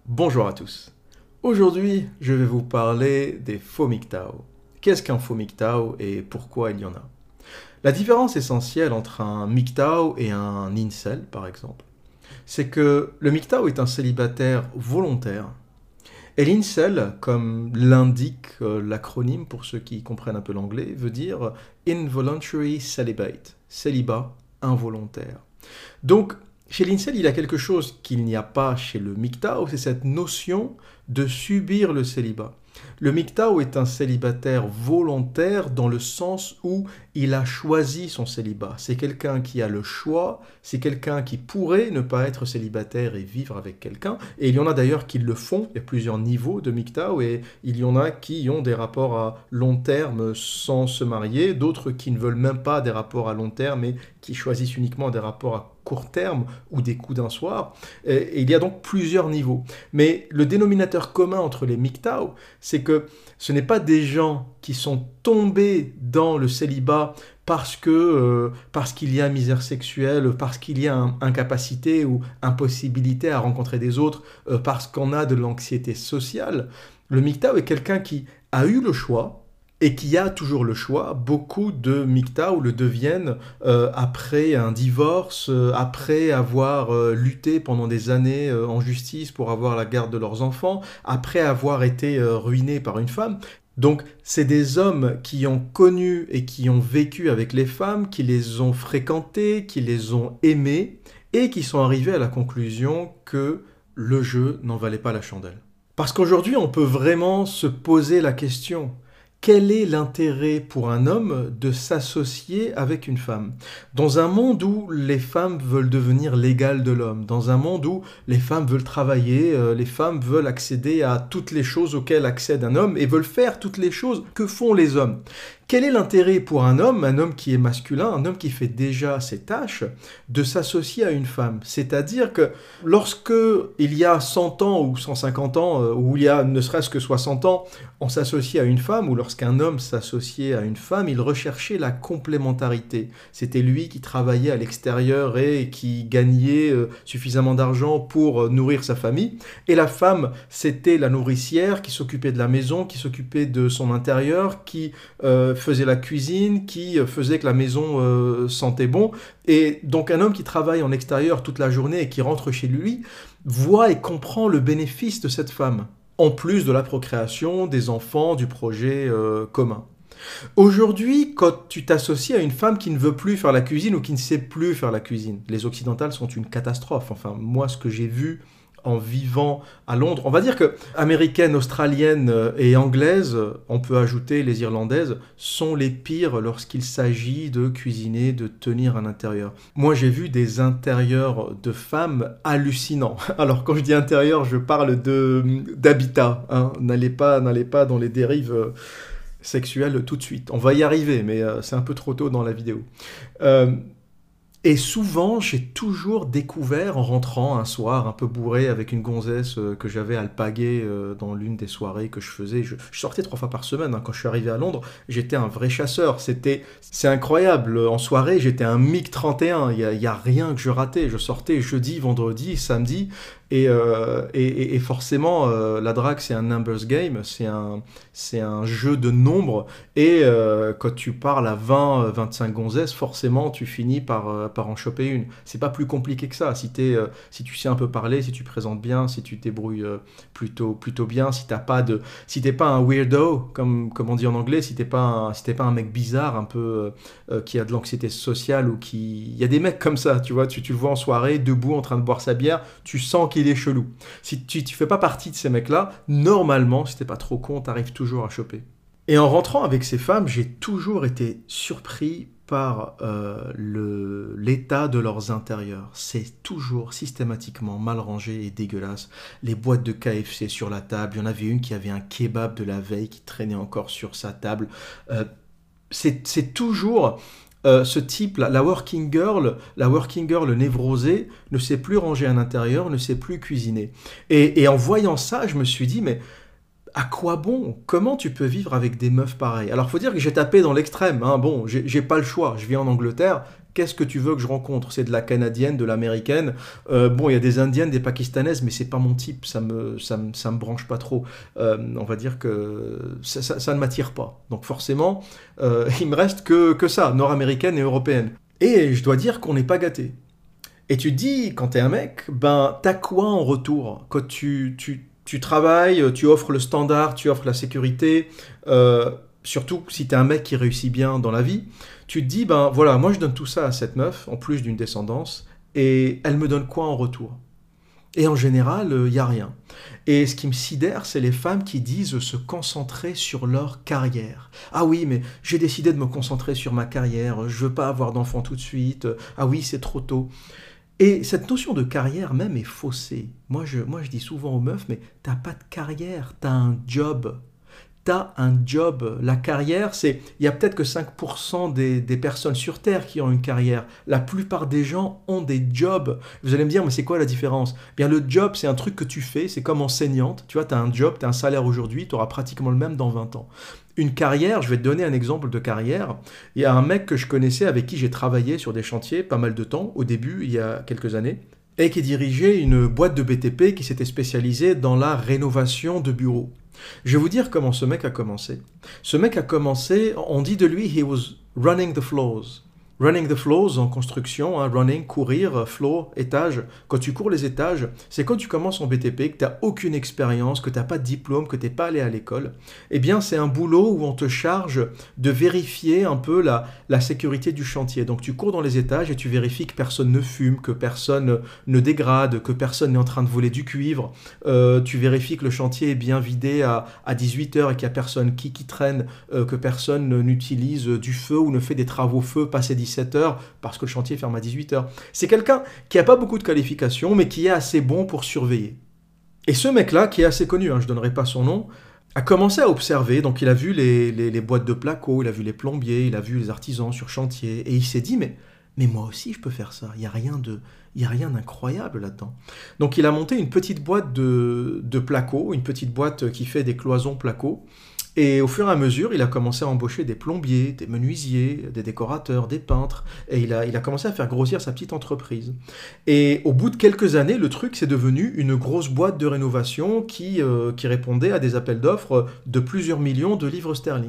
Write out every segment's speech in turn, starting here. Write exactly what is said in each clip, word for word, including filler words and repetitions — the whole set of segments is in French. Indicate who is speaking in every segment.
Speaker 1: Bonjour à tous. Aujourd'hui, je vais vous parler des faux M G T O W. Qu'est-ce qu'un faux M G T O W et pourquoi il y en a? La différence essentielle entre un M G T O W et un incel, par exemple, c'est que le M G T O W est un célibataire volontaire et l'incel, comme l'indique euh, l'acronyme pour ceux qui comprennent un peu l'anglais, veut dire Involuntary Celibate, célibat involontaire. Donc, chez l'incel, il y a quelque chose qu'il n'y a pas chez le M G T O W, c'est cette notion de subir le célibat. Le M G T O W est un célibataire volontaire dans le sens où il a choisi son célibat. C'est quelqu'un qui a le choix, c'est quelqu'un qui pourrait ne pas être célibataire et vivre avec quelqu'un. Et il y en a d'ailleurs qui le font, il y a plusieurs niveaux de M G T O W et il y en a qui ont des rapports à long terme sans se marier, d'autres qui ne veulent même pas des rapports à long terme et qui choisissent uniquement des rapports à court terme ou des coups d'un soir. Et il y a donc plusieurs niveaux. Mais le dénominateur commun entre les M G T O W, c'est que ce n'est pas des gens qui sont tombés dans le célibat parce que euh, parce qu'il y a misère sexuelle, parce qu'il y a un, incapacité ou impossibilité à rencontrer des autres, euh, parce qu'on a de l'anxiété sociale. Le M G T O W est quelqu'un qui a eu le choix, et qui a toujours le choix. Beaucoup de M G T O W le deviennent euh, après un divorce, euh, après avoir euh, lutté pendant des années euh, en justice pour avoir la garde de leurs enfants, après avoir été euh, ruinés par une femme. Donc, c'est des hommes qui ont connu et qui ont vécu avec les femmes, qui les ont fréquentées, qui les ont aimées, et qui sont arrivés à la conclusion que le jeu n'en valait pas la chandelle. Parce qu'aujourd'hui, on peut vraiment se poser la question: quel est l'intérêt pour un homme de s'associer avec une femme? Dans un monde où les femmes veulent devenir l'égale de l'homme, dans un monde où les femmes veulent travailler, euh, les femmes veulent accéder à toutes les choses auxquelles accède un homme et veulent faire toutes les choses que font les hommes. Quel est l'intérêt pour un homme, un homme qui est masculin, un homme qui fait déjà ses tâches, de s'associer à une femme? C'est-à-dire que lorsque il y a cent ans ou cent cinquante ans, euh, ou il y a ne serait-ce que soixante ans, on s'associe à une femme, ou lorsqu'un homme s'associait à une femme, il recherchait la complémentarité. C'était lui qui travaillait à l'extérieur et qui gagnait euh, suffisamment d'argent pour euh, nourrir sa famille. Et la femme, c'était la nourricière qui s'occupait de la maison, qui s'occupait de son intérieur, qui euh, faisait la cuisine, qui faisait que la maison euh, sentait bon. Et donc un homme qui travaille en extérieur toute la journée et qui rentre chez lui, voit et comprend le bénéfice de cette femme, en plus de la procréation, des enfants, du projet euh, commun. Aujourd'hui, quand tu t'associes à une femme qui ne veut plus faire la cuisine ou qui ne sait plus faire la cuisine, les occidentales sont une catastrophe. Enfin, moi, ce que j'ai vu en vivant à Londres, on va dire que américaines, australiennes et anglaises, on peut ajouter les irlandaises, sont les pires lorsqu'il s'agit de cuisiner, de tenir un intérieur. Moi, j'ai vu des intérieurs de femmes hallucinants. Alors, quand je dis intérieur, je parle de d'habitat. Hein. N'allez pas, n'allez pas dans les dérives euh, sexuelles tout de suite. On va y arriver, mais euh, c'est un peu trop tôt dans la vidéo. Euh, Et souvent, j'ai toujours découvert en rentrant un soir un peu bourré avec une gonzesse euh, que j'avais alpaguée euh, dans l'une des soirées que je faisais. Je, je sortais trois fois par semaine. Hein. Quand je suis arrivé à Londres, j'étais un vrai chasseur. C'était, c'est incroyable. En soirée, j'étais un M I G trente et un. Il n'y a, y a rien que je ratais. Je sortais jeudi, vendredi, samedi. Et, euh, et, et forcément, euh, la drague, c'est un numbers game, c'est un, c'est un jeu de nombres. Et euh, quand tu parles à vingt, vingt-cinq gonzesses, forcément, tu finis par, euh, par en choper une. C'est pas plus compliqué que ça. Si, t'es, euh, si tu sais un peu parler, si tu présentes bien, si tu te débrouilles euh, plutôt, plutôt bien, si t'as pas de, si t'es pas un weirdo, comme, comme on dit en anglais, si t'es pas un, si t'es pas un mec bizarre, un peu euh, qui a de l'anxiété sociale ou qui, il y a des mecs comme ça, tu vois, tu, tu le vois en soirée, debout, en train de boire sa bière, tu sens qu'il est chelou. Si tu ne fais pas partie de ces mecs-là, normalement, si t'es pas trop con, t'arrives toujours à choper. Et en rentrant avec ces femmes, j'ai toujours été surpris par euh, le, l'état de leurs intérieurs. C'est toujours systématiquement mal rangé et dégueulasse. Les boîtes de K F C sur la table, il y en avait une qui avait un kebab de la veille qui traînait encore sur sa table. Euh, c'est, c'est toujours... Euh, ce type, la, la working girl, la working girl névrosée, ne sait plus ranger un intérieur, ne sait plus cuisiner. Et, et en voyant ça, je me suis dit, mais à quoi bon? Comment tu peux vivre avec des meufs pareilles? Alors, faut dire que j'ai tapé dans l'extrême. Hein. Bon, j'ai, j'ai pas le choix. Je vis en Angleterre. Qu'est-ce que tu veux que je rencontre? C'est de la canadienne, de l'américaine. Euh, bon, il y a des indiennes, des pakistanaises, mais c'est pas mon type. Ça me, ça me, ça me branche pas trop. Euh, on va dire que ça, ça, ça ne m'attire pas. Donc forcément, euh, il me reste que, que ça, nord-américaine et européenne. Et je dois dire qu'on n'est pas gâté. Et tu te dis, quand t'es un mec, ben t'as quoi en retour? Quand tu, tu, tu travailles, tu offres le standard, tu offres la sécurité, euh, surtout si t'es un mec qui réussit bien dans la vie, tu te dis, ben voilà, moi je donne tout ça à cette meuf, en plus d'une descendance, et elle me donne quoi en retour? Et en général, il euh, n'y a rien. Et ce qui me sidère, c'est les femmes qui disent se concentrer sur leur carrière. Ah oui, mais j'ai décidé de me concentrer sur ma carrière, je veux pas avoir d'enfant tout de suite, ah oui, c'est trop tôt. Et cette notion de carrière même est faussée. Moi je, moi, je dis souvent aux meufs, mais t'as pas de carrière, t'as un job. T'as un job. La carrière, c'est... Il y a peut-être que cinq pour cent des, des personnes sur Terre qui ont une carrière. La plupart des gens ont des jobs. Vous allez me dire, mais c'est quoi la différence? Bien, le job, c'est un truc que tu fais, c'est comme enseignante. Tu vois, t'as un job, t'as un salaire aujourd'hui, t'auras pratiquement le même dans vingt ans. Une carrière, je vais te donner un exemple de carrière. Il y a un mec que je connaissais avec qui j'ai travaillé sur des chantiers pas mal de temps, au début, il y a quelques années, et qui dirigeait une boîte de B T P qui s'était spécialisée dans la rénovation de bureaux. Je vais vous dire comment ce mec a commencé. Ce mec a commencé, on dit de lui, he was running the floors. Running the floors en construction, hein, running, courir, floor, étage. Quand tu cours les étages, c'est quand tu commences en B T P, que tu n'as aucune expérience, que tu n'as pas de diplôme, que tu n'es pas allé à l'école. Eh bien, c'est un boulot où on te charge de vérifier un peu la, la sécurité du chantier. Donc, tu cours dans les étages et tu vérifies que personne ne fume, que personne ne dégrade, que personne n'est en train de voler du cuivre. Euh, tu vérifies que le chantier est bien vidé à, à dix-huit heures et qu'il n'y a personne qui, qui traîne, euh, que personne n'utilise du feu ou ne fait des travaux feu passé dix-sept heures parce que le chantier ferme à dix-huit heures. C'est quelqu'un qui n'a pas beaucoup de qualifications mais qui est assez bon pour surveiller. Et ce mec-là, qui est assez connu, hein, je ne donnerai pas son nom, a commencé à observer, donc il a vu les, les, les boîtes de placo, il a vu les plombiers, il a vu les artisans sur chantier, et il s'est dit, mais, mais moi aussi je peux faire ça, il n'y a rien de, il n'y a rien d'incroyable là-dedans. Donc il a monté une petite boîte de, de placo, une petite boîte qui fait des cloisons placo, et au fur et à mesure, il a commencé à embaucher des plombiers, des menuisiers, des décorateurs, des peintres, et il a, il a commencé à faire grossir sa petite entreprise. Et au bout de quelques années, le truc, c'est devenu une grosse boîte de rénovation qui, euh, qui répondait à des appels d'offres de plusieurs millions de livres sterling.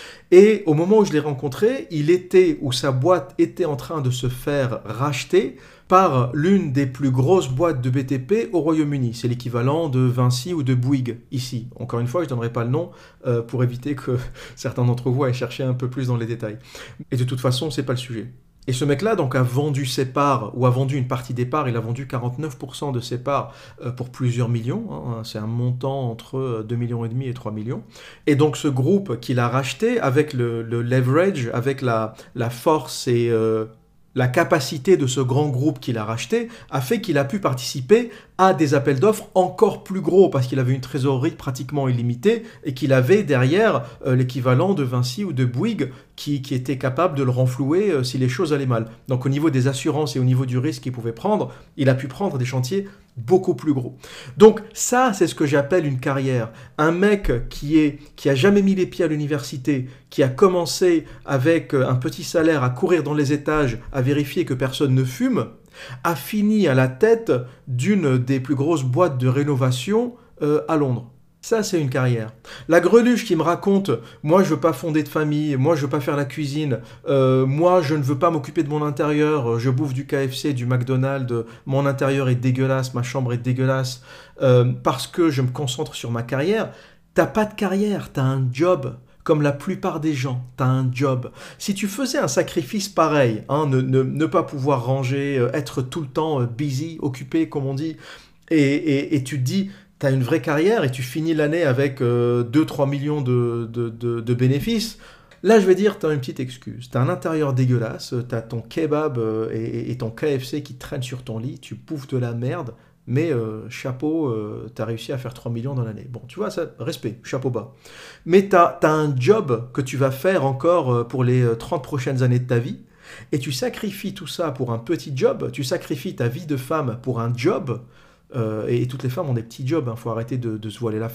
Speaker 1: Et au moment où je l'ai rencontré, il était, ou sa boîte était en train de se faire racheter par l'une des plus grosses boîtes de B T P au Royaume-Uni. C'est l'équivalent de Vinci ou de Bouygues, ici. Encore une fois, je ne donnerai pas le nom euh, pour éviter que certains d'entre vous aillent chercher un peu plus dans les détails. Et de toute façon, ce n'est pas le sujet. Et ce mec-là donc a vendu ses parts, ou a vendu une partie des parts, il a vendu quarante-neuf pour cent de ses parts euh, pour plusieurs millions, hein, c'est un montant entre deux virgule cinq millions et trois millions. Et donc ce groupe qu'il a racheté, avec le, le leverage, avec la, la force et euh, la capacité de ce grand groupe qu'il a racheté, a fait qu'il a pu participer à des appels d'offres encore plus gros, parce qu'il avait une trésorerie pratiquement illimitée, et qu'il avait derrière euh, l'équivalent de Vinci ou de Bouygues, qui, qui était capable de le renflouer euh, si les choses allaient mal. Donc au niveau des assurances et au niveau du risque qu'il pouvait prendre, il a pu prendre des chantiers beaucoup plus gros. Donc ça, c'est ce que j'appelle une carrière. Un mec qui est qui a jamais mis les pieds à l'université, qui a commencé avec un petit salaire à courir dans les étages, à vérifier que personne ne fume, a fini à la tête d'une des plus grosses boîtes de rénovation euh, à Londres. Ça, c'est une carrière. La greluche qui me raconte « moi, je veux pas fonder de famille, moi, je veux pas faire la cuisine, euh, moi, je ne veux pas m'occuper de mon intérieur, je bouffe du K F C, du McDonald's, mon intérieur est dégueulasse, ma chambre est dégueulasse, euh, parce que je me concentre sur ma carrière », t'as pas de carrière, t'as un job. Comme la plupart des gens, tu as un job. Si tu faisais un sacrifice pareil, hein, ne, ne, ne pas pouvoir ranger, euh, être tout le temps euh, busy, occupé, comme on dit, et, et, et tu te dis, tu as une vraie carrière et tu finis l'année avec euh, deux à trois millions de, de, de, de bénéfices, là je vais dire, tu as une petite excuse. Tu as un intérieur dégueulasse, tu as ton kebab euh, et, et ton K F C qui traînent sur ton lit, tu bouffes de la merde, mais euh, chapeau, euh, tu as réussi à faire trois millions dans l'année. Bon, tu vois, ça, respect, chapeau bas. Mais tu as un job que tu vas faire encore euh, pour les trente prochaines années de ta vie, et tu sacrifies tout ça pour un petit job, tu sacrifies ta vie de femme pour un job, euh, et, et toutes les femmes ont des petits jobs, il hein, faut arrêter de, de se voiler la face.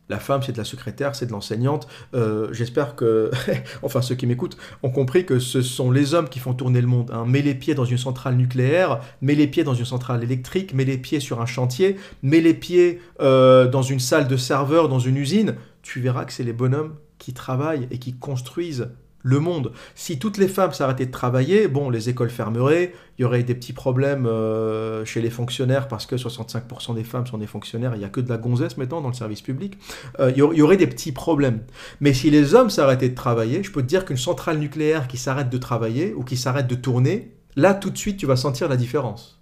Speaker 1: La femme, c'est de la secrétaire, c'est de l'enseignante. Euh, J'espère que, enfin ceux qui m'écoutent, ont compris que ce sont les hommes qui font tourner le monde. Hein. Mets les pieds dans une centrale nucléaire, mets les pieds dans une centrale électrique, mets les pieds sur un chantier, mets les pieds euh, dans une salle de serveur, dans une usine. Tu verras que c'est les bonhommes qui travaillent et qui construisent le monde. Si toutes les femmes s'arrêtaient de travailler, bon, les écoles fermeraient, il y aurait des petits problèmes euh, chez les fonctionnaires parce que soixante-cinq pour cent des femmes sont des fonctionnaires, il n'y a que de la gonzesse maintenant dans le service public, euh, il y aurait des petits problèmes. Mais si les hommes s'arrêtaient de travailler, je peux te dire qu'une centrale nucléaire qui s'arrête de travailler ou qui s'arrête de tourner, là tout de suite tu vas sentir la différence.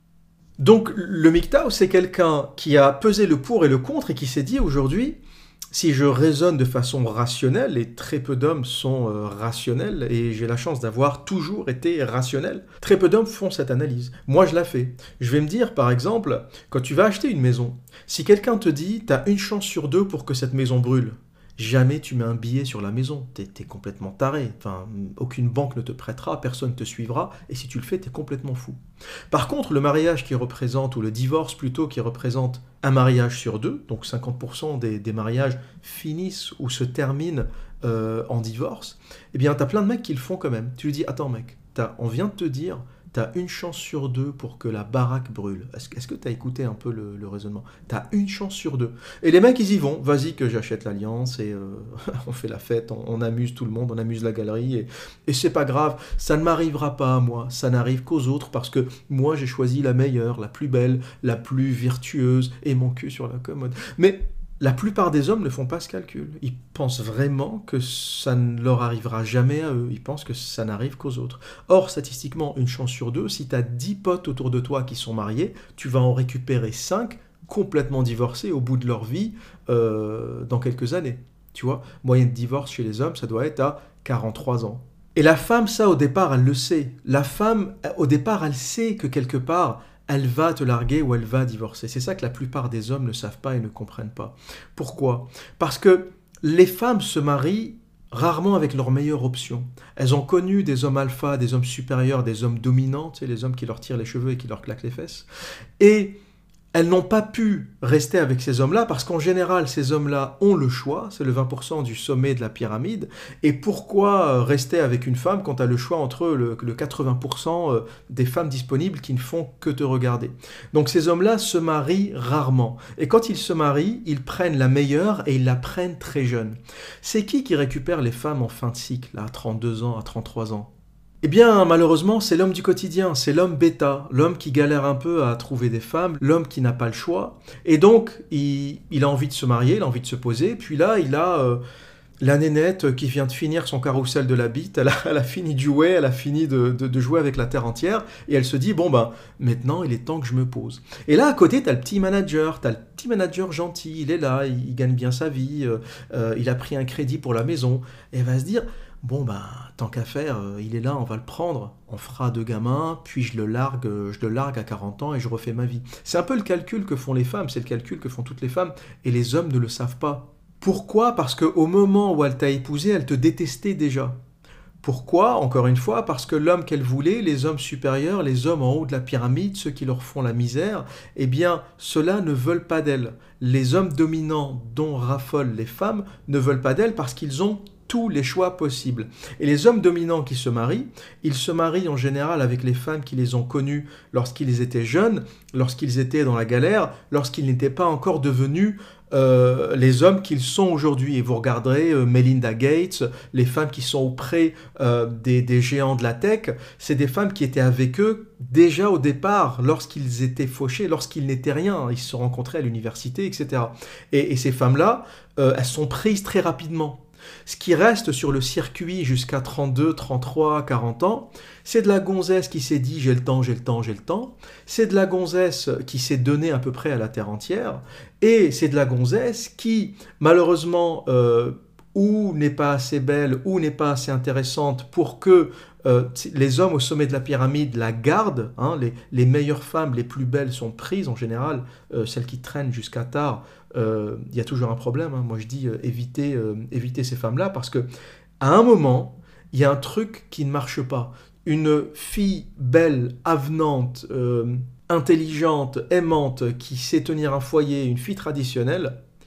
Speaker 1: Donc le M G T O W, c'est quelqu'un qui a pesé le pour et le contre et qui s'est dit aujourd'hui, si je raisonne de façon rationnelle, et très peu d'hommes sont euh, rationnels, et j'ai la chance d'avoir toujours été rationnel, très peu d'hommes font cette analyse. Moi, je la fais. Je vais me dire, par exemple, quand tu vas acheter une maison, si quelqu'un te dit, tu as une chance sur deux pour que cette maison brûle, jamais tu mets un billet sur la maison, t'es es complètement taré, enfin, aucune banque ne te prêtera, personne ne te suivra, et si tu le fais, t'es complètement fou. Par contre, le mariage qui représente, ou le divorce plutôt, qui représente un mariage sur deux, donc cinquante pour cent des, des mariages finissent ou se terminent euh, en divorce, eh bien, t'as plein de mecs qui le font quand même. Tu lui dis, attends mec, on vient de te dire, t'as une chance sur deux pour que la baraque brûle. Est-ce est que t'as écouté un peu le, le raisonnement? T'as une chance sur deux. Et les mecs, ils y vont. Vas-y que j'achète l'alliance et euh, on fait la fête, on, on amuse tout le monde, on amuse la galerie. Et, et c'est pas grave, ça ne m'arrivera pas à moi, ça n'arrive qu'aux autres parce que moi, j'ai choisi la meilleure, la plus belle, la plus virtueuse et mon cul sur la commode. Mais la plupart des hommes ne font pas ce calcul. Ils pensent vraiment que ça ne leur arrivera jamais à eux. Ils pensent que ça n'arrive qu'aux autres. Or, statistiquement, une chance sur deux, si tu as dix potes autour de toi qui sont mariés, tu vas en récupérer cinq complètement divorcés au bout de leur vie euh, dans quelques années. Tu vois, moyenne de divorce chez les hommes, ça doit être à quarante-trois ans. Et la femme, ça, au départ, elle le sait. La femme, au départ, elle sait que quelque part, elle va te larguer ou elle va divorcer. C'est ça que la plupart des hommes ne savent pas et ne comprennent pas. Pourquoi? Parce que les femmes se marient rarement avec leur meilleure option. Elles ont connu des hommes alpha, des hommes supérieurs, des hommes dominants, tu sais, les hommes qui leur tirent les cheveux et qui leur claquent les fesses. Et elles n'ont pas pu rester avec ces hommes-là parce qu'en général, ces hommes-là ont le choix, c'est le vingt pour cent du sommet de la pyramide. Et pourquoi rester avec une femme quand tu as le choix entre le, le quatre-vingts pour cent des femmes disponibles qui ne font que te regarder? Donc ces hommes-là se marient rarement. Et quand ils se marient, ils prennent la meilleure et ils la prennent très jeune. C'est qui qui récupère les femmes en fin de cycle, à trente-deux ans, à trente-trois ans? Eh bien, malheureusement, c'est l'homme du quotidien, c'est l'homme bêta, l'homme qui galère un peu à trouver des femmes, l'homme qui n'a pas le choix. Et donc, il, il a envie de se marier, il a envie de se poser, puis là, il a euh, la nénette qui vient de finir son carrousel de la bite, elle a, elle a fini de jouer, elle a fini de, de, de jouer avec la terre entière, et elle se dit, bon ben, maintenant, il est temps que je me pose. Et là, à côté, t'as le petit manager, t'as le petit manager gentil, il est là, il, il gagne bien sa vie, euh, euh, il a pris un crédit pour la maison, et elle va se dire... Bon, ben, tant qu'à faire, euh, il est là, on va le prendre. On fera deux gamins, puis je le largue, euh, je le largue à quarante ans et je refais ma vie. C'est un peu le calcul que font les femmes, c'est le calcul que font toutes les femmes, et les hommes ne le savent pas. Pourquoi? Parce qu'au moment où elle t'a épousé, elle te détestait déjà. Pourquoi? Encore une fois, parce que l'homme qu'elle voulait, les hommes supérieurs, les hommes en haut de la pyramide, ceux qui leur font la misère, eh bien, ceux-là ne veulent pas d'elle. Les hommes dominants dont raffolent les femmes ne veulent pas d'elle parce qu'ils ont tous les choix possibles. Et les hommes dominants qui se marient, ils se marient en général avec les femmes qui les ont connues lorsqu'ils étaient jeunes, lorsqu'ils étaient dans la galère, lorsqu'ils n'étaient pas encore devenus euh, les hommes qu'ils sont aujourd'hui. Et vous regarderez euh, Melinda Gates, les femmes qui sont auprès euh, des, des géants de la tech, c'est des femmes qui étaient avec eux déjà au départ, lorsqu'ils étaient fauchés, lorsqu'ils n'étaient rien, ils se rencontraient à l'université, et cetera. Et, et ces femmes-là, euh, elles sont prises très rapidement. Ce qui reste sur le circuit jusqu'à trente-deux, trente-trois, quarante ans, c'est de la gonzesse qui s'est dit « j'ai le temps, j'ai le temps, j'ai le temps ». C'est de la gonzesse qui s'est donnée à peu près à la terre entière. Et c'est de la gonzesse qui, malheureusement, euh, ou n'est pas assez belle, ou n'est pas assez intéressante pour que euh, les hommes au sommet de la pyramide la gardent. Hein, les, les meilleures femmes, les plus belles sont prises en général, euh, celles qui traînent jusqu'à tard. Il euh, y a toujours un problème. Hein. Moi, je dis euh, éviter, euh, éviter ces femmes-là parce que à un moment, il y a un truc qui ne marche pas. Une fille belle, avenante, euh, intelligente, aimante, qui sait tenir un foyer, une fille traditionnelle,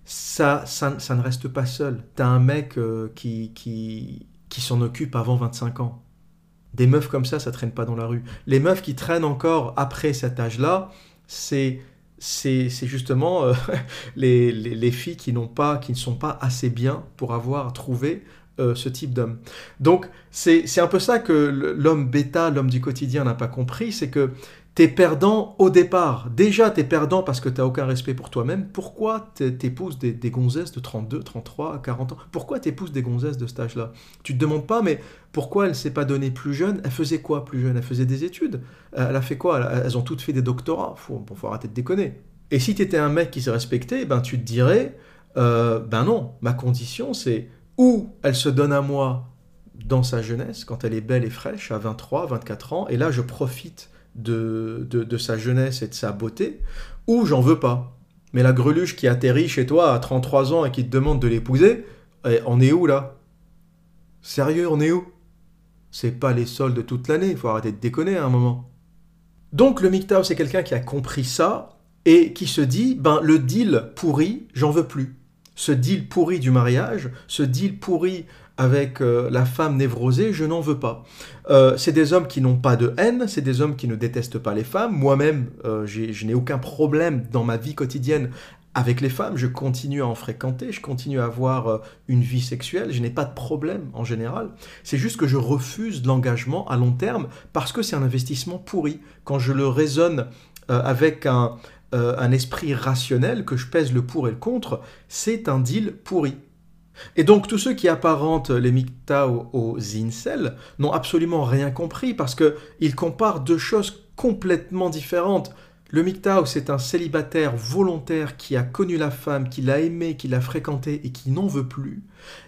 Speaker 1: ça, ça, ça ne reste pas seul. T'as un mec euh, qui, qui, qui s'en occupe avant vingt-cinq ans. Des meufs comme ça, ça traîne pas dans la rue. Les meufs qui traînent encore après cet âge-là, c'est, c'est, c'est justement euh, les, les, les filles qui, n'ont pas, qui ne sont pas assez bien pour avoir trouvé euh, ce type d'homme. Donc, c'est, c'est un peu ça que l'homme bêta, l'homme du quotidien n'a pas compris, c'est que t'es perdant au départ. Déjà, t'es perdant parce que t'as aucun respect pour toi-même. Pourquoi t'épouses des, des gonzesses de trente-deux, trente-trois, quarante ans? Pourquoi t'épouses des gonzesses de cet âge-là? Tu te demandes pas, mais pourquoi elle s'est pas donnée plus jeune? Elle faisait quoi plus jeune? Elle faisait des études. Elle a fait quoi? Elles ont toutes fait des doctorats. Faut, faut arrêter de déconner. Et si t'étais un mec qui se respectait, ben tu te dirais, euh, ben non, ma condition c'est ou elle se donne à moi dans sa jeunesse, quand elle est belle et fraîche, à vingt-trois, vingt-quatre ans, et là je profite De, de, de sa jeunesse et de sa beauté, ou j'en veux pas. Mais la greluche qui atterrit chez toi à trente-trois ans et qui te demande de l'épouser, eh, on est où là? Sérieux, on est où? C'est pas les soldes toute l'année, il faut arrêter de déconner à un moment. Donc le M G T O W, c'est quelqu'un qui a compris ça et qui se dit, ben le deal pourri, j'en veux plus. Ce deal pourri du mariage, ce deal pourri avec euh, la femme névrosée, je n'en veux pas. Euh, c'est des hommes qui n'ont pas de haine, c'est des hommes qui ne détestent pas les femmes. Moi-même, euh, j'ai- je n'ai aucun problème dans ma vie quotidienne avec les femmes. Je continue à en fréquenter, je continue à avoir euh, une vie sexuelle, je n'ai pas de problème en général. C'est juste que je refuse l'engagement à long terme parce que c'est un investissement pourri. Quand je le raisonne euh, avec un, euh, un esprit rationnel, que je pèse le pour et le contre, c'est un deal pourri. Et donc tous ceux qui apparentent les M G T O W aux incels n'ont absolument rien compris parce qu'ils comparent deux choses complètement différentes. Le M G T O W, c'est un célibataire volontaire qui a connu la femme, qui l'a aimée, qui l'a fréquentée et qui n'en veut plus.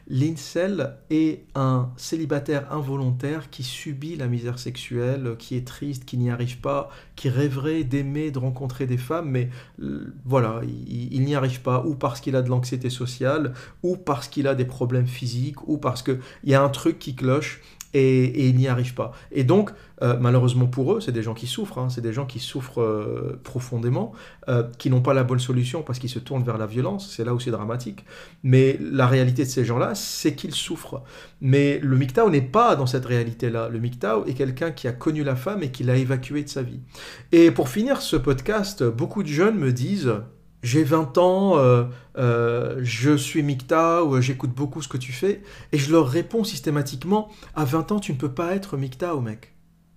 Speaker 1: L'incel est un célibataire involontaire qui subit la misère sexuelle, qui est triste, qui n'y arrive pas, qui rêverait d'aimer, de rencontrer des femmes, mais euh, voilà, il, il n'y arrive pas, ou parce qu'il a de l'anxiété sociale, ou parce qu'il a des problèmes physiques, ou parce qu'il y a un truc qui cloche. Et, et il n'y arrive pas. Et donc, euh, malheureusement pour eux, c'est des gens qui souffrent, hein, c'est des gens qui souffrent euh, profondément, euh, qui n'ont pas la bonne solution parce qu'ils se tournent vers la violence, c'est là où c'est dramatique. Mais la réalité de ces gens-là, c'est qu'ils souffrent. Mais le M G T O W n'est pas dans cette réalité-là. Le M G T O W est quelqu'un qui a connu la femme et qui l'a évacuée de sa vie. Et pour finir ce podcast, beaucoup de jeunes me disent... J'ai vingt ans, euh, euh, je suis M G T O W, j'écoute beaucoup ce que tu fais, et je leur réponds systématiquement, à vingt ans, tu ne peux pas être M G T O W, mec.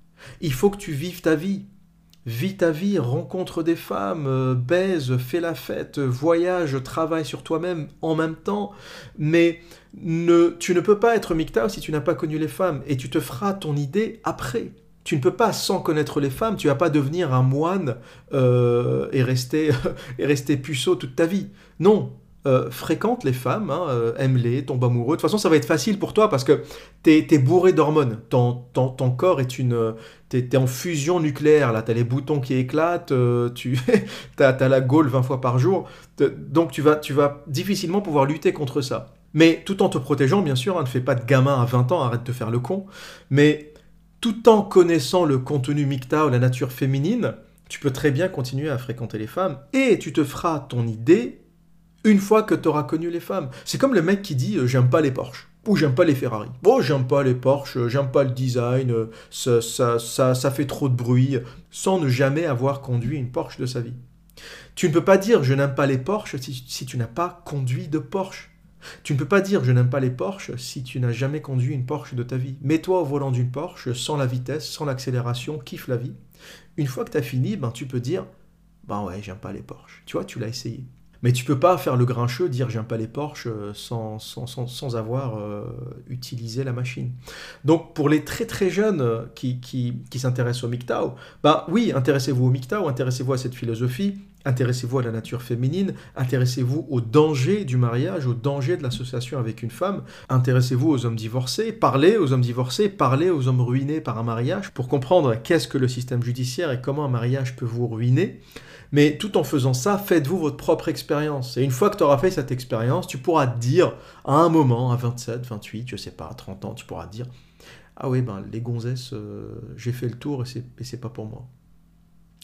Speaker 1: Il faut que tu vives ta vie. Vis ta vie, rencontre des femmes, euh, baise, fais la fête, voyage, travaille sur toi-même en même temps, mais ne, tu ne peux pas être M G T O W si tu n'as pas connu les femmes, et tu te feras ton idée après. Tu ne peux pas, sans connaître les femmes, tu vas pas devenir un moine euh, et, rester, et rester puceau toute ta vie. Non, euh, fréquente les femmes, hein, euh, aime-les, tombe amoureux. De toute façon, ça va être facile pour toi parce que t'es, t'es bourré d'hormones. Ton, ton, ton corps est une... T'es, t'es en fusion nucléaire, là. T'as les boutons qui éclatent, euh, tu t'as, t'as la gaule vingt fois par jour. Donc tu vas, tu vas difficilement pouvoir lutter contre ça. Mais tout en te protégeant, bien sûr, hein, ne fais pas de gamin à vingt ans, arrête de faire le con. Mais... tout en connaissant le contenu M G T O W, la nature féminine, tu peux très bien continuer à fréquenter les femmes et tu te feras ton idée une fois que tu auras connu les femmes. C'est comme le mec qui dit euh, j'aime pas les Porsche ou j'aime pas les Ferrari. Bon, j'aime pas les Porsche, euh, j'aime pas le design, euh, ça, ça, ça, ça fait trop de bruit, sans ne jamais avoir conduit une Porsche de sa vie. Tu ne peux pas dire je n'aime pas les Porsche si, si tu n'as pas conduit de Porsche. Tu ne peux pas dire je n'aime pas les Porsche si tu n'as jamais conduit une Porsche de ta vie. Mets-toi au volant d'une Porsche sans la vitesse, sans l'accélération, kiffe la vie. Une fois que tu as fini, ben, tu peux dire ben ouais, j'aime pas les Porsche. Tu vois, tu l'as essayé. Mais tu peux pas faire le grincheux, dire j'aime pas les Porsche sans, sans, sans, sans avoir euh, utilisé la machine. Donc pour les très très jeunes qui, qui, qui s'intéressent au M G T O W, bah oui, intéressez-vous au M G T O W, intéressez-vous à cette philosophie, intéressez-vous à la nature féminine, intéressez-vous au danger du mariage, au danger de l'association avec une femme, intéressez-vous aux hommes divorcés, parlez aux hommes divorcés, parlez aux hommes ruinés par un mariage pour comprendre qu'est-ce que le système judiciaire et comment un mariage peut vous ruiner. Mais tout en faisant ça, faites-vous votre propre expérience. Et une fois que tu auras fait cette expérience, tu pourras te dire, à un moment, à vingt-sept, vingt-huit, je sais pas, à trente ans, tu pourras te dire « Ah oui, ben, les gonzesses, euh, j'ai fait le tour et c'est, et c'est pas pour moi. »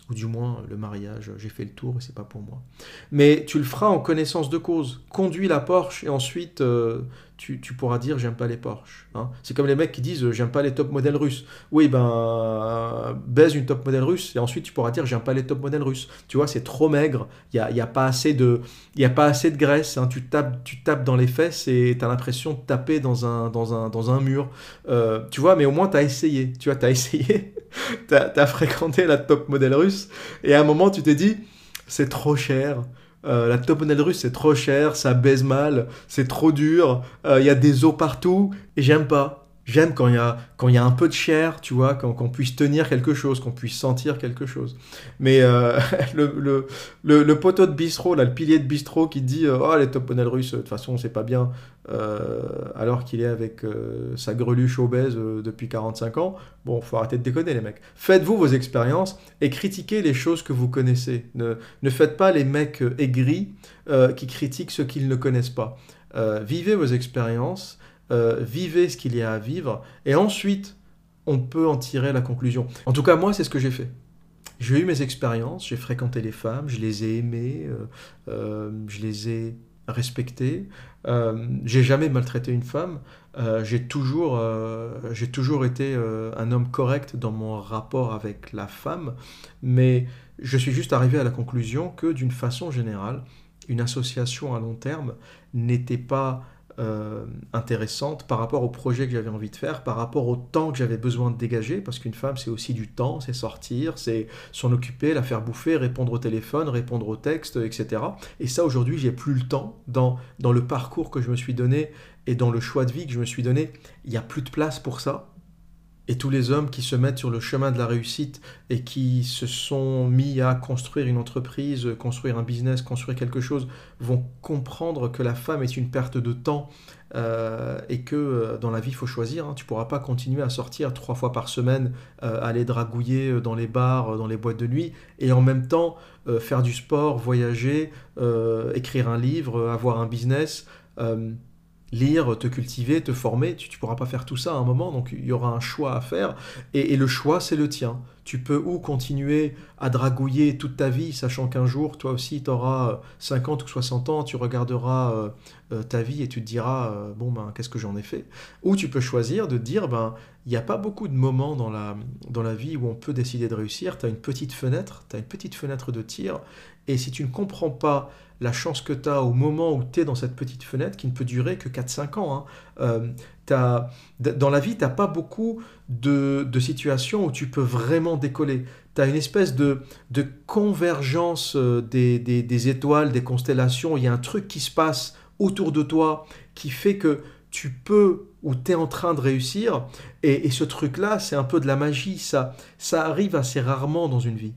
Speaker 1: ou du moins le mariage, j'ai fait le tour et c'est pas pour moi. Mais tu le feras en connaissance de cause. Conduis la Porsche et ensuite euh, tu, tu pourras dire j'aime pas les Porsche. Hein. C'est comme les mecs qui disent j'aime pas les top modèles russes. Oui, ben euh, baise une top modèle russe et ensuite tu pourras dire j'aime pas les top modèles russes. Tu vois, c'est trop maigre, il y a, y a pas assez de, y a pas assez de graisse. Hein. Tu tapes, tu tapes dans les fesses et tu as l'impression de taper dans un, dans un, dans un mur. Euh, tu vois, mais au moins tu as essayé. Tu vois, tu as essayé. tu as fréquenté la top modèle russe et à un moment tu t'es dit c'est trop cher. Euh, la top modèle russe c'est trop cher, ça baise mal, c'est trop dur, il euh, y a des os partout et j'aime pas. J'aime quand il y a quand il y a un peu de chair, tu vois, quand qu'on puisse tenir quelque chose, qu'on puisse sentir quelque chose. Mais euh, le, le, le, le poteau de bistrot, là, le pilier de bistrot qui dit euh, oh les top modèles russes, de toute façon c'est pas bien, euh, alors qu'il est avec euh, sa greluche obèse euh, depuis quarante-cinq ans. Bon, faut arrêter de déconner les mecs. Faites-vous vos expériences et critiquez les choses que vous connaissez. Ne, ne faites pas les mecs euh, aigris euh, qui critiquent ce qu'ils ne connaissent pas. Euh, vivez vos expériences. Euh, vivez ce qu'il y a à vivre, et ensuite, on peut en tirer la conclusion. En tout cas, moi, c'est ce que j'ai fait. J'ai eu mes expériences, j'ai fréquenté les femmes, je les ai aimées, euh, euh, je les ai respectées. Euh, j'ai jamais maltraité une femme. Euh, j'ai toujours, euh, j'ai toujours été euh, un homme correct dans mon rapport avec la femme, mais je suis juste arrivé à la conclusion que, d'une façon générale, une association à long terme n'était pas Euh, intéressante par rapport au projet que j'avais envie de faire, par rapport au temps que j'avais besoin de dégager, parce qu'une femme c'est aussi du temps, c'est sortir, c'est s'en occuper, la faire bouffer, répondre au téléphone, répondre aux textes, et cetera. Et ça aujourd'hui j'ai plus le temps dans, dans le parcours que je me suis donné et dans le choix de vie que je me suis donné, il n'y a plus de place pour ça. Et tous les hommes qui se mettent sur le chemin de la réussite et qui se sont mis à construire une entreprise, construire un business, construire quelque chose, vont comprendre que la femme est une perte de temps euh, et que euh, dans la vie, il faut choisir. Hein. Tu ne pourras pas continuer à sortir trois fois par semaine, euh, aller dragouiller dans les bars, dans les boîtes de nuit, et en même temps euh, faire du sport, voyager, euh, écrire un livre, avoir un business. Euh, Lire, te cultiver, te former, tu ne pourras pas faire tout ça à un moment, donc il y aura un choix à faire, et, et le choix c'est le tien. Tu peux ou continuer à dragouiller toute ta vie, sachant qu'un jour, toi aussi, tu auras cinquante ou soixante ans, tu regarderas euh, euh, ta vie et tu te diras, euh, bon, ben, qu'est-ce que j'en ai fait? Ou tu peux choisir de te dire, ben, il n'y a pas beaucoup de moments dans la, dans la vie où on peut décider de réussir, tu as une petite fenêtre, tu as une petite fenêtre de tir, et si tu ne comprends pas la chance que tu as au moment où tu es dans cette petite fenêtre, qui ne peut durer que quatre cinq ans, hein, euh, t'as, dans la vie, tu n'as pas beaucoup de, de situations où tu peux vraiment décoller. Tu as une espèce de, de convergence des, des, des étoiles, des constellations, il y a un truc qui se passe autour de toi qui fait que tu peux ou tu es en train de réussir, et, et ce truc-là, c'est un peu de la magie, ça, ça arrive assez rarement dans une vie.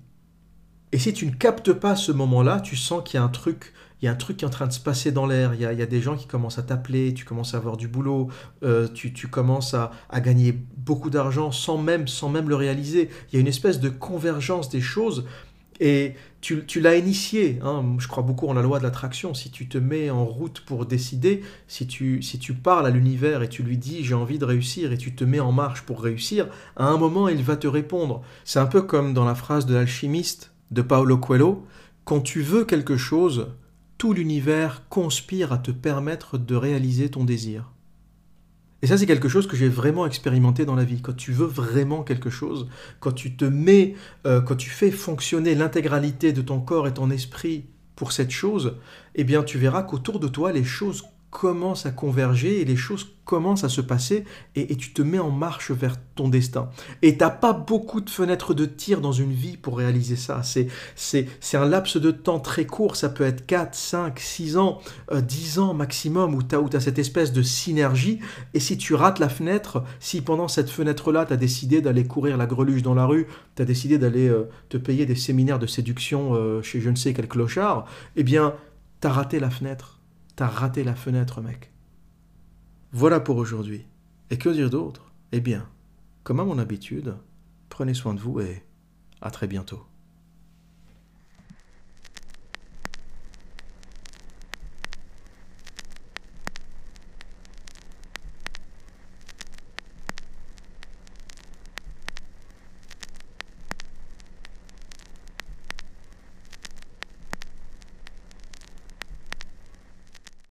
Speaker 1: Et si tu ne captes pas ce moment-là, tu sens qu'il y a un truc, il y a un truc qui est en train de se passer dans l'air, il y a, il y a des gens qui commencent à t'appeler, tu commences à avoir du boulot, euh, tu, tu commences à, à gagner beaucoup d'argent sans même, sans même le réaliser. Il y a une espèce de convergence des choses et tu, tu l'as initié. Hein. Je crois beaucoup en la loi de l'attraction. Si tu te mets en route pour décider, si tu, si tu parles à l'univers et tu lui dis j'ai envie de réussir et tu te mets en marche pour réussir, à un moment il va te répondre. C'est un peu comme dans la phrase de l'alchimiste de Paulo Coelho, quand tu veux quelque chose, tout l'univers conspire à te permettre de réaliser ton désir. Et ça, c'est quelque chose que j'ai vraiment expérimenté dans la vie. Quand tu veux vraiment quelque chose, quand tu te mets, euh, quand tu fais fonctionner l'intégralité de ton corps et ton esprit pour cette chose, eh bien, tu verras qu'autour de toi, les choses commencent à converger et les choses commencent à se passer et, et tu te mets en marche vers ton destin. Et tu n'as pas beaucoup de fenêtres de tir dans une vie pour réaliser ça. C'est, c'est, c'est un laps de temps très court, ça peut être quatre, cinq, six ans, euh, dix ans maximum où tu as, où tu as cette espèce de synergie. Et si tu rates la fenêtre, si pendant cette fenêtre-là, tu as décidé d'aller courir la greluche dans la rue, tu as décidé d'aller euh, te payer des séminaires de séduction euh, chez je ne sais quel clochard, eh bien, tu as raté la fenêtre. T'as raté la fenêtre, mec. Voilà pour aujourd'hui. Et que dire d'autre? Eh bien, comme à mon habitude, prenez soin de vous et à très bientôt.